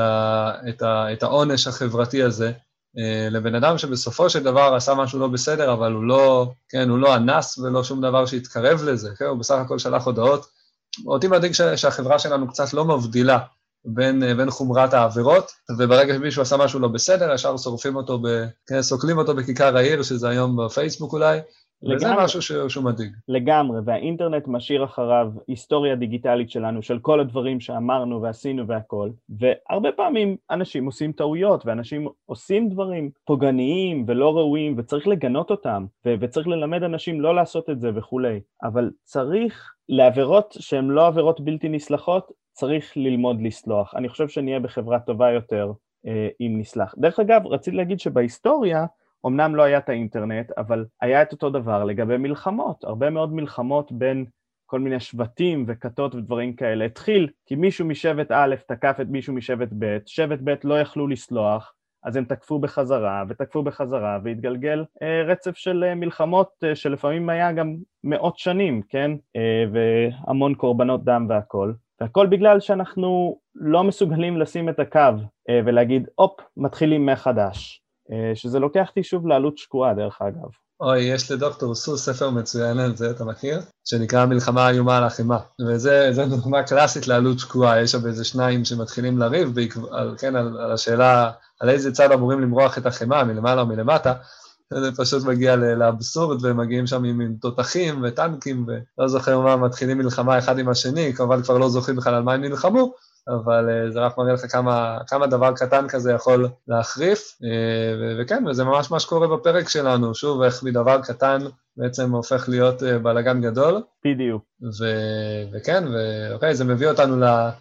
את העונש החברתי הזה, לבן אדם שבסופו של דבר עשה משהו לא בסדר, אבל הוא לא אנס ולא שום דבר שהתקרב לזה, כן? הוא בסך הכל שלח הודעות. אותי מדאיג שהחברה שלנו קצת לא מבדילה בין חומרת העבירות, וברגע שמישהו עשה משהו לא בסדר, ישר סוקלים אותו בכיכר העיר, שזה היום בפייסבוק אולי, וזה משהו שהוא מדאיג. לגמרי, והאינטרנט משאיר אחריו היסטוריה דיגיטלית שלנו, של כל הדברים שאמרנו ועשינו והכל, והרבה פעמים אנשים עושים טעויות, ואנשים עושים דברים פוגעניים ולא ראויים, וצריך לגנות אותם, וצריך ללמד אנשים לא לעשות את זה וכו'. אבל צריך לעבירות שהן לא עבירות בלתי נסלחות, צריך ללמוד לסלוח. אני חושב שנהיה בחברה טובה יותר אם נסלח. דרך אגב, רציתי להגיד שבהיסטוריה, אמנם לא היה את האינטרנט, אבל היה את אותו דבר לגבי מלחמות. הרבה מאוד מלחמות בין כל מיני שבטים וכתות ודברים כאלה. התחיל כי מישהו משבט א' תקף את מישהו משבט ב', שבט ב' לא יכלו לסלוח, אז הם תקפו בחזרה, והתגלגל רצף של מלחמות שלפעמים היה גם מאות שנים, כן? והמון קורבנות דם והכל. והכל בגלל שאנחנו לא מסוגלים לשים את הקו ולהגיד, מתחילים מחדש. שזה לוקח אותי שוב לעלות שקועה, דרך אגב. אוי, יש לדוקטור סוס ספר מצוין על זה, אתה מכיר? שנקרא מלחמה האיומה על החימה. וזה דוגמה קלאסית לעלות שקועה, יש שם איזה שניים שמתחילים לריב, על השאלה על איזה צד אמורים למרוח את החימה, מלמעלה או מלמטה, זה פשוט מגיע לאבסורד, ומגיעים שם עם תותחים וטנקים, ולא זוכר מה, מתחילים מלחמה אחד עם השני, כמובן כבר לא זוכרים בכלל על מה הם נלחמו, אבל זה רק מראה לך כמה דבר קטן כזה יכול להחריף, וכן, וזה ממש מה שקורה בפרק שלנו, שוב, איך מדבר קטן בעצם הופך להיות בלגן גדול. בדיוק. וכן, ואוקיי, זה מביא אותנו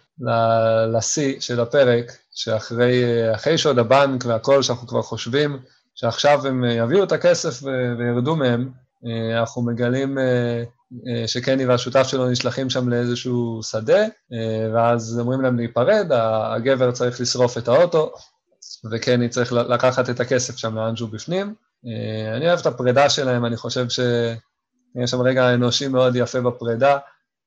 לשיא של הפרק, שאחרי שעוד הבנק והכל שאנחנו כבר חושבים, שעכשיו הם יביאו את הכסף וירדו מהם, אנחנו מגלים שקני והשותף שלו נשלחים שם לאיזשהו שדה, ואז אומרים להם להיפרד, הגבר צריך לשרוף את האוטו, וקני צריך לקחת את הכסף שם לאנשהו בפנים. אני אוהב את הפרידה שלהם, אני חושב שיש שם רגע אנושי מאוד יפה בפרידה,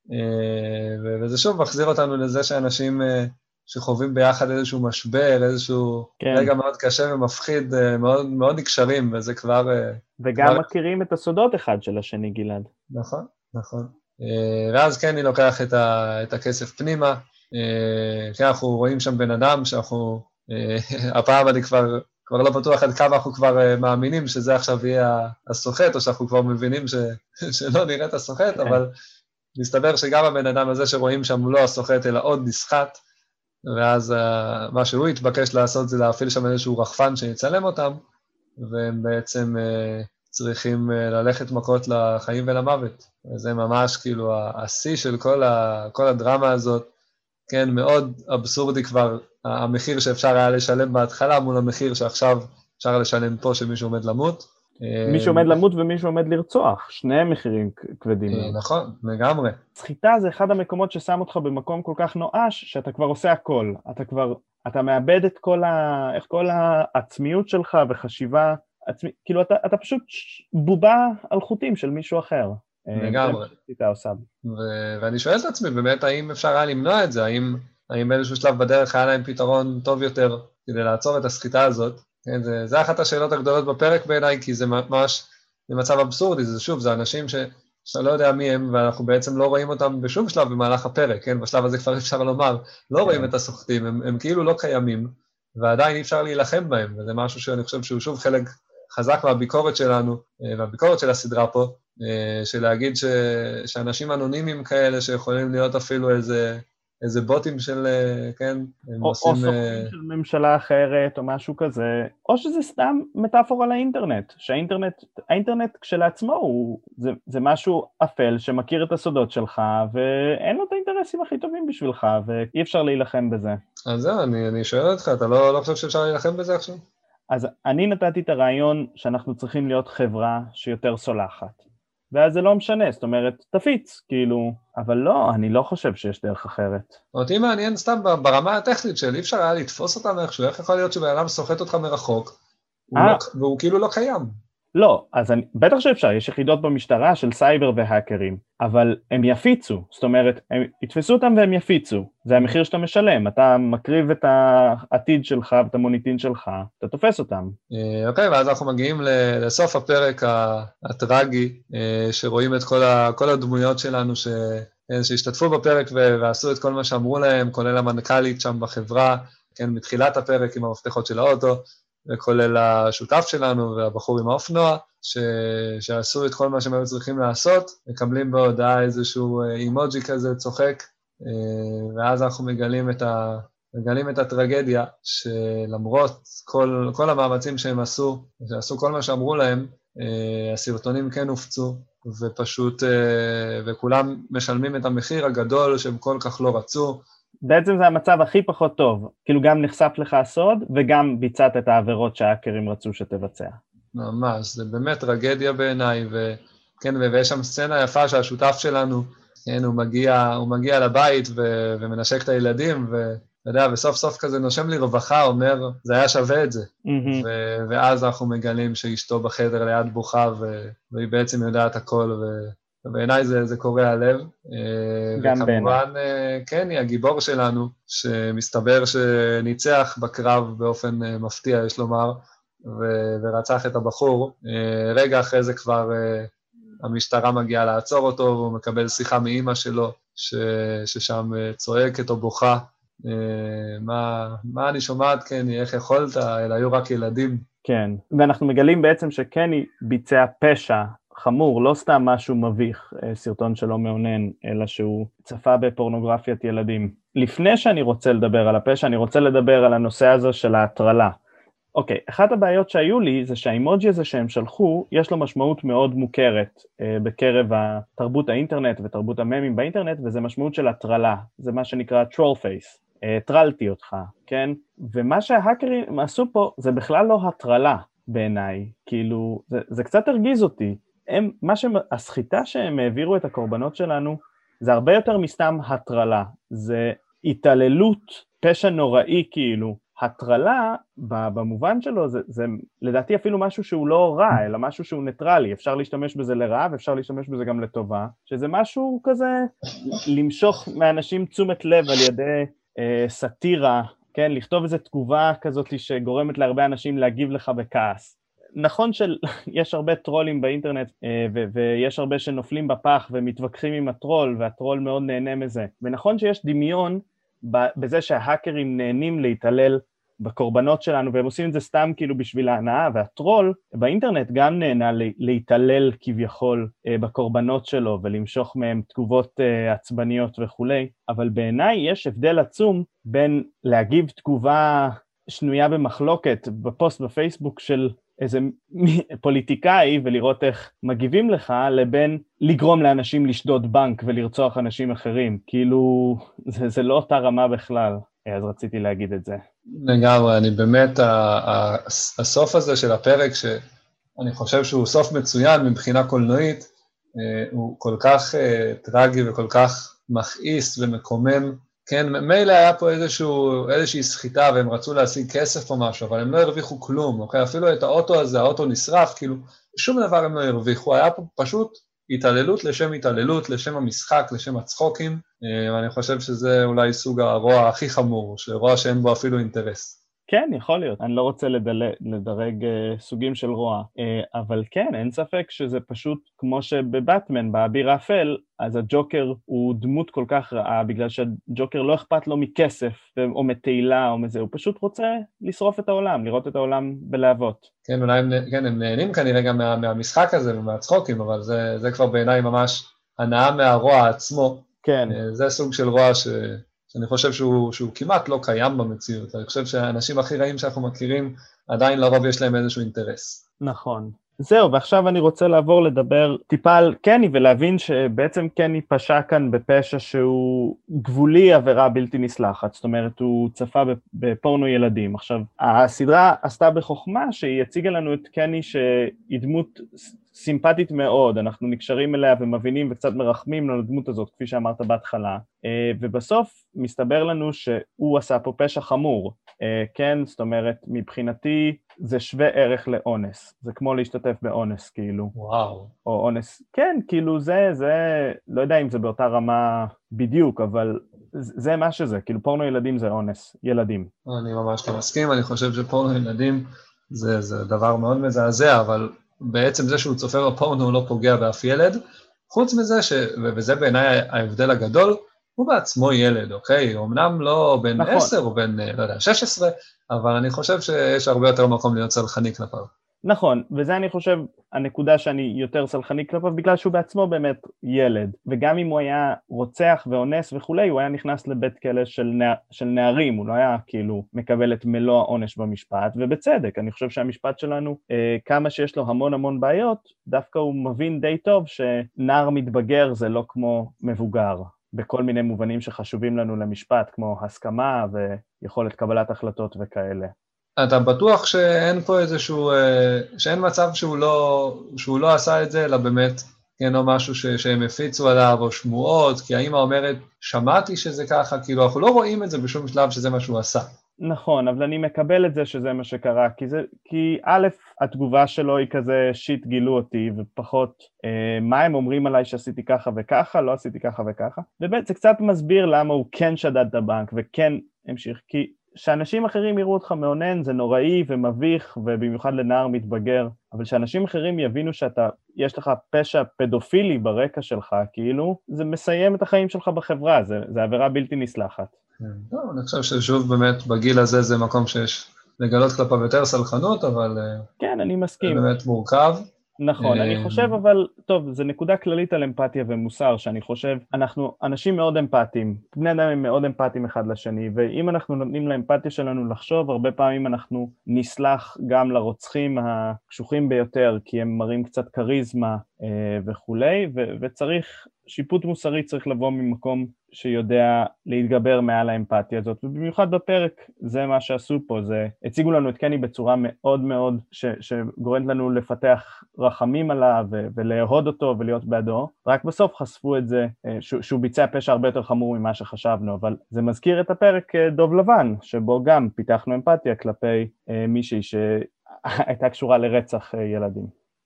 וזה שוב מחזיר אותנו לזה שאנשים שחווים ביחד איזשהו משבר, איזשהו רגע מאוד קשה ומפחיד, מאוד, מאוד נקשרים, וזה כבר... וגם מכירים את הסודות אחד של השני, גלעד. נכון, נכון. ואז כן, אני לוקח את הכסף פנימה, כן, אנחנו רואים שם בן אדם שאנחנו, הפעם אני כבר לא בטוח עד כמה אנחנו כבר מאמינים שזה עכשיו יהיה הסוחט, או שאנחנו כבר מבינים שלא נראה את הסוחט, אבל מסתבר שגם הבן אדם הזה שרואים שם הוא לא הסוחט, אלא עוד נסחט, ואז מה שהוא התבקש לעשות זה להפעיל שם איזשהו רחפן שיצלם אותם, והם בעצם צריכים ללכת מכות לחיים ולמוות. וזה ממש כאילו השיא של כל הדרמה הזאת, כן, מאוד אבסורדי כבר, המחיר שאפשר היה לשלם בהתחלה מול המחיר שעכשיו אפשר לשלם פה שמישהו עומד למות. מישהו עומד למות ומישהו עומד לרצוח, שניהם מחירים כבדים. נכון, לגמרי. סחיטה זה אחד המקומות ששם אותך במקום כל כך נואש, שאתה כבר עושה הכל. אתה מאבד את כל העצמיות שלך וחשיבה עצמית, כאילו אתה פשוט בובה על חוטים של מישהו אחר. לגמרי. ואני שואל את עצמי, באמת, האם אפשר היה למנוע את זה? האם באיזשהו שלב בדרך היה להם פתרון טוב יותר כדי לעצור את הסחיטה הזאת? זה אחת השאלות הגדולות בפרק בעיניי, כי זה ממש במצב אבסורדי, זה שוב, זה אנשים שאתה לא יודע מי הם, ואנחנו בעצם לא רואים אותם בשום שלב במהלך הפרק, כן? בשלב הזה כבר אפשר לומר, לא רואים את הסוחטים, הם כאילו לא קיימים, ועדיין אי אפשר להילחם בהם, וזה משהו שאני חושב שהוא שוב חלק חזק מהביקורת שלנו, והביקורת של הסדרה פה, של להגיד שאנשים אנונימיים כאלה שיכולים להיות אפילו איזה איזה בוטים של, כן, הם או עושים... סוכנים של ממשלה אחרת או משהו כזה, או שזה סתם מטאפורה לאינטרנט, האינטרנט כשלעצמו זה משהו אפל שמכיר את הסודות שלך, ואין לו את האינטרסים הכי טובים בשבילך, ואי אפשר להילחם בזה. אז זהו, אני שואל אותך, אתה לא חושב שאפשר להילחם בזה עכשיו? אז אני נתתי את הרעיון שאנחנו צריכים להיות חברה שיותר סולחת. ואז זה לא משנה, זאת אומרת, תפיץ, כאילו, אבל לא, אני לא חושב שיש דרך אחרת. אותי מעניין סתם ברמה הטכנית של אי אפשר היה לתפוס אותם איכשהו, איך יכול להיות שבן אדם סוחט אותך מרחוק, והוא כאילו לא קיים. לא, אז בטח שאפשר, יש יחידות במשטרה של סייבר והאקרים, אבל הם יפיצו, זאת אומרת, הם יתפסו אותם והם יפיצו, זה המחיר שאתה משלם, אתה מקריב את העתיד שלך ואת המוניטין שלך, אתה תופס אותם. אוקיי, ואז אנחנו מגיעים לסוף הפרק הטרגי, שרואים את כל הדמויות שלנו שהשתתפו בפרק ועשו את כל מה שאמרו להם, כולל המנכ"לית שם בחברה, כן, מתחילת הפרק עם המפתחות של האוטו, וכולל השותף שלנו והבחור עם האופנוע, שעשו את כל מה שהם היו צריכים לעשות, מקבלים בהודעה איזשהו אימוג'י כזה צוחק, ואז אנחנו מגלים את הטרגדיה, שלמרות כל המאמצים שהם עשו, שעשו כל מה שאמרו להם, הסרטונים כן הופצו, ופשוט, וכולם משלמים את המחיר הגדול שהם כל כך לא רצו, בעצם זה המצב הכי פחות טוב, כאילו גם נחשף לך הסוד, וגם ביצעת את העבירות שהאקרים רצו שתבצע. ממש, זה באמת טרגדיה בעיניי, וכן, ויש שם סצנה יפה שהשותף שלנו, כן, הוא מגיע לבית ומנשק את הילדים, ואתה יודע, וסוף סוף כזה נושם לי רווחה, אומר, זה היה שווה את זה. ואז אנחנו מגלים שאשתו בחדר ליד בוכה, והיא בעצם יודעת הכל, ובעיניי זה קורע הלב. גם וכמובן, קני, הגיבור שלנו, שמסתבר שניצח בקרב באופן מפתיע, יש לומר, ורצח את הבחור. רגע אחרי זה כבר המשטרה מגיעה לעצור אותו, והוא מקבל שיחה מאמא שלו, ששם צועקת או בוכה. מה אני שומעת, קני, איך יכולת? אלה היו רק ילדים. כן, ואנחנו מגלים בעצם שקני ביצע פשע, חמור, לא סתם משהו מביך, סרטון שלא מעונן, אלא שהוא צפה בפורנוגרפיית ילדים. לפני שאני רוצה לדבר על הפשע, אני רוצה לדבר על הנושא הזה של ההטרלה. אוקיי, אחת הבעיות שהיו לי זה שהאימוג'י הזה שהם שלחו, יש לו משמעות מאוד מוכרת בקרב תרבות האינטרנט ותרבות הממים באינטרנט, וזה משמעות של הטרלה, זה מה שנקרא troll face, טרלתי אותך, כן? ומה שההאקרים עשו פה זה בכלל לא הטרלה בעיניי, כאילו, זה קצת הרגיז אותי. הסחיטה שהם העבירו את הקורבנות שלנו, זה הרבה יותר מסתם הטרלה, זה התעללות, פשע נוראי כאילו, הטרלה במובן שלו זה לדעתי אפילו משהו שהוא לא רע, אלא משהו שהוא ניטרלי, אפשר להשתמש בזה לרעה ואפשר להשתמש בזה גם לטובה, שזה משהו כזה למשוך מאנשים תשומת לב על ידי סאטירה, כן, לכתוב איזו תגובה כזאת שגורמת להרבה אנשים להגיב לך בכעס. נכון שיש הרבה טרולים באינטרנט, ויש הרבה שנופלים בפח ומתווכחים עם הטרול, והטרול מאוד נהנה מזה. ונכון שיש דמיון בזה שההאקרים נהנים להתעלל בקורבנות שלנו, והם עושים את זה סתם כאילו בשביל ההנאה, והטרול באינטרנט גם נהנה להתעלל כביכול בקורבנות שלו, ולמשוך מהם תגובות עצבניות וכולי, אבל בעיניי יש הבדל עצום בין להגיב תגובה שנויה במחלוקת בפוסט בפייסבוק של איזה פוליטיקאי ולראות איך מגיבים לך, לבין לגרום לאנשים לשדוד בנק ולרצוח אנשים אחרים. כאילו, זה לא אותה רמה בכלל. אז רציתי להגיד את זה. לגמרי, אני באמת, הסוף הזה של הפרק, שאני חושב שהוא סוף מצוין מבחינה קולנועית, הוא כל כך טרגי וכל כך מכעיס ומקומם. כן, מילא היה פה איזושהי סחיטה, והם רצו להשיג כסף או משהו, אבל הם לא הרוויחו כלום, אוקיי? אפילו את האוטו הזה, האוטו נשרף, כאילו, שום דבר הם לא הרוויחו, היה פה פשוט התעללות לשם התעללות, לשם המשחק, לשם הצחוקים, ואני חושב שזה אולי סוג הרוע הכי חמור, שרוע שאין בו אפילו אינטרס. כן, יכול להיות. אני לא רוצה לדרג סוגים של רוע, אבל כן, אין ספק שזה פשוט כמו שבבטמן, באביר האפל, אז הג'וקר הוא דמות כל כך רעה, בגלל שהג'וקר לא אכפת לו מכסף, או מתהילה, או מזה, הוא פשוט רוצה לשרוף את העולם, לראות את העולם בלהבות. כן, אולי הם נהנים כנראה גם מהמשחק הזה ומהצחוקים, אבל זה כבר בעיניי ממש הנאה מהרוע עצמו. כן. זה סוג של רוע שאני חושב שהוא כמעט לא קיים במציאות. אני חושב שהאנשים הכי רעים שאנחנו מכירים, עדיין לרוב יש להם איזשהו אינטרס. נכון. זהו, ועכשיו אני רוצה לעבור לדבר טיפה על קני, ולהבין שבעצם קני פשע כאן בפשע שהוא גבולי עבירה בלתי נסלחת, זאת אומרת, הוא צפה בפורנו ילדים. עכשיו, הסדרה עשתה בחוכמה שהיא הציגה לנו את קני שהיא דמות סימפטית מאוד, אנחנו נקשרים אליה ומבינים וקצת מרחמים על הדמות הזאת, כפי שאמרת בהתחלה, ובסוף מסתבר לנו שהוא עשה פה פשע חמור, כן, זאת אומרת, מבחינתי זה שווה ערך לאונס, זה כמו להשתתף באונס, כאילו. וואו. או אונס, כן, כאילו זה, לא יודע אם זה באותה רמה בדיוק, אבל זה מה שזה, כאילו פורנו ילדים זה אונס, ילדים. אני ממש לא מסכים, אני חושב שפורנו ילדים זה דבר מאוד מזעזע, אבל בעצם זה שהוא צופה בפורנו הוא לא פוגע באף ילד, חוץ מזה, וזה בעיניי ההבדל הגדול, הוא בעצמו ילד, אוקיי? אמנם לא בן 10 או בן, לא יודע, 16, אבל אני חושב שיש הרבה יותר מקום להיות סלחני כלפיו. נכון, וזה אני חושב הנקודה שאני יותר סלחני כלפיו, בגלל שהוא בעצמו באמת ילד, וגם אם הוא היה רוצח ואונס וכולי, הוא היה נכנס לבית כלא של נערים, הוא לא היה כאילו מקבל את מלוא העונש במשפט, ובצדק, אני חושב שהמשפט שלנו, כמה שיש לו המון המון בעיות, דווקא הוא מבין די טוב שנער מתבגר זה לא כמו מבוגר, בכל מיני מובנים שחשובים לנו למשפט, כמו הסכמה ויכולת קבלת החלטות וכאלה. אתה בטוח שאין פה איזשהו, שאין מצב שהוא לא עשה את זה, אלא באמת, כן, או משהו שהם הפיצו עליו, או שמועות, כי האמא אומרת, שמעתי שזה ככה, כאילו, אנחנו לא רואים את זה בשום שלב שזה מה שהוא עשה. נכון, אבל אני מקבל את זה שזה מה שקרה, כי א', התגובה שלו היא כזה, שיט גילו אותי, ופחות, מה הם אומרים עליי שעשיתי ככה וככה, לא עשיתי ככה וככה, וב' זה קצת מסביר למה הוא כן שדד את הבנק, וכן המשיך, כי שאנשים אחרים יראו אותך מעונן זה נוראי ומביך, ובמיוחד לנער מתבגר, אבל שאנשים אחרים יבינו יש לך פשע פדופילי ברקע שלך, כאילו, זה מסיים את החיים שלך בחברה, זה עבירה בלתי נסלחת. טוב, אני חושב ששוב באמת בגיל הזה זה מקום שיש לגלות כלפיו יותר סלחנות, אבל כן, אני מסכים. זה באמת מורכב. נכון, אני חושב אבל, טוב, זה נקודה כללית על אמפתיה ומוסר, שאני חושב, אנחנו אנשים מאוד אמפתיים, בני אדם הם מאוד אמפתיים אחד לשני, ואם אנחנו נותנים לאמפתיה שלנו לחשוב, הרבה פעמים אנחנו נסלח גם לרוצחים הקשוחים ביותר, כי הם מראים קצת קריזמה וכולי, וצריך, שיפוט מוסרי צריך לבוא ממקום שיודע להתגבר מעל האמפתיה הזאת, ובמיוחד בפרק זה מה שעשו פה, זה הציגו לנו את קני בצורה מאוד מאוד שגורמת לנו לפתח רחמים עליו ולהוד אותו ולהיות בעדו, רק בסוף חשפו את זה שהוא ביצע פשע הרבה יותר חמור ממה שחשבנו, אבל זה מזכיר את הפרק דוב לבן, שבו גם פיתחנו אמפתיה כלפי מישהי שהייתה קשורה לרצח ילדים.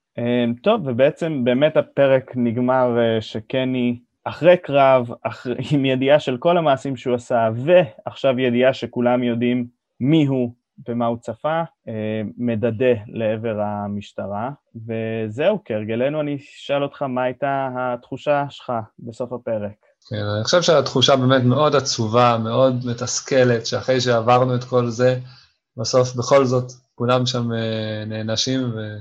טוב, ובעצם באמת הפרק נגמר שקני אחרי קרב, עם ידיעה של כל המעשים שהוא עשה, ועכשיו ידיעה שכולם יודעים מי הוא ומה הוא צפה, מדדה לעבר המשטרה, וזהו, כהרגלנו אני אשאל אותך מה הייתה התחושה שלך בסוף הפרק. כן, אני חושב שהתחושה באמת מאוד עצובה, מאוד מתסכלת, שאחרי שעברנו את כל זה, בסוף בכל זאת כולם שם נענשים,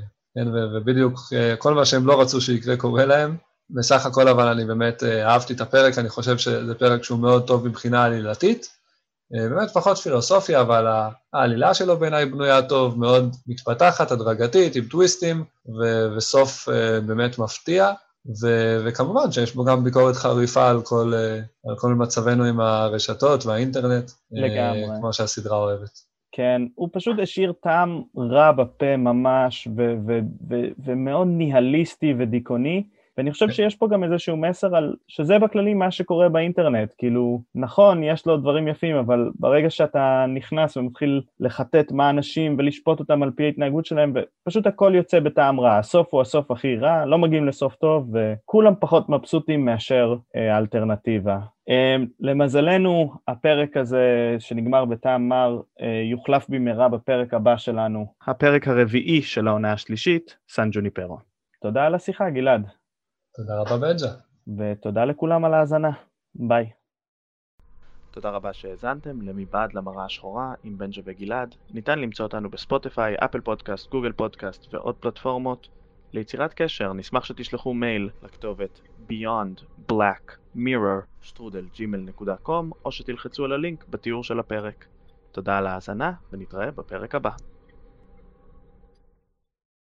ובדיוק כל מה שהם לא רצו שיקרה קורה להם, בסך הכל אבל אני באמת אהבתי את הפרק, אני חושב שזה פרק שהוא מאוד טוב מבחינה עלילתית, באמת פחות פילוסופיה, אבל העלילה שלו בעיניי בנויה טוב, מאוד מתפתחת, הדרגתית, עם טוויסטים, וסוף באמת מפתיע, וכמובן שיש בו גם ביקורת חריפה על כל מצבנו עם הרשתות והאינטרנט, לגמרי. כמו שהסדרה אוהבת. כן, הוא פשוט השאיר טעם רע בפה ממש, ומאוד ניהליסטי ודיכאוני, ואני חושב שיש פה גם איזשהו מסר על שזה בכללי מה שקורה באינטרנט, כאילו, נכון, יש לו דברים יפים, אבל ברגע שאתה נכנס ומתחיל לחטט מה אנשים ולשפוט אותם על פי ההתנהגות שלהם, ופשוט הכל יוצא בטעם רע, הסוף הוא הסוף הכי רע, לא מגיעים לסוף טוב, וכולם פחות מבסוטים מאשר האלטרנטיבה. למזלנו, הפרק הזה שנגמר בטעם מר, יוחלף במהרה בפרק הבא שלנו, הפרק הרביעי של העונה השלישית, סן ג'וניפרו. תודה על השיחה, גלעד. תודה רבה בנג'ה. ותודה לכולם על ההאזנה. ביי. תודה רבה שהאזנתם למבעד למראה השחורה עם בנג'ה וגלעד. ניתן למצוא אותנו בספוטיפיי, אפל פודקאסט, גוגל פודקאסט ועוד פלטפורמות. ליצירת קשר נשמח שתשלחו מייל לכתובת beyondblackmirror@gmail.com או שתלחצו על הלינק בתיאור של הפרק. תודה על ההאזנה ונתראה בפרק הבא.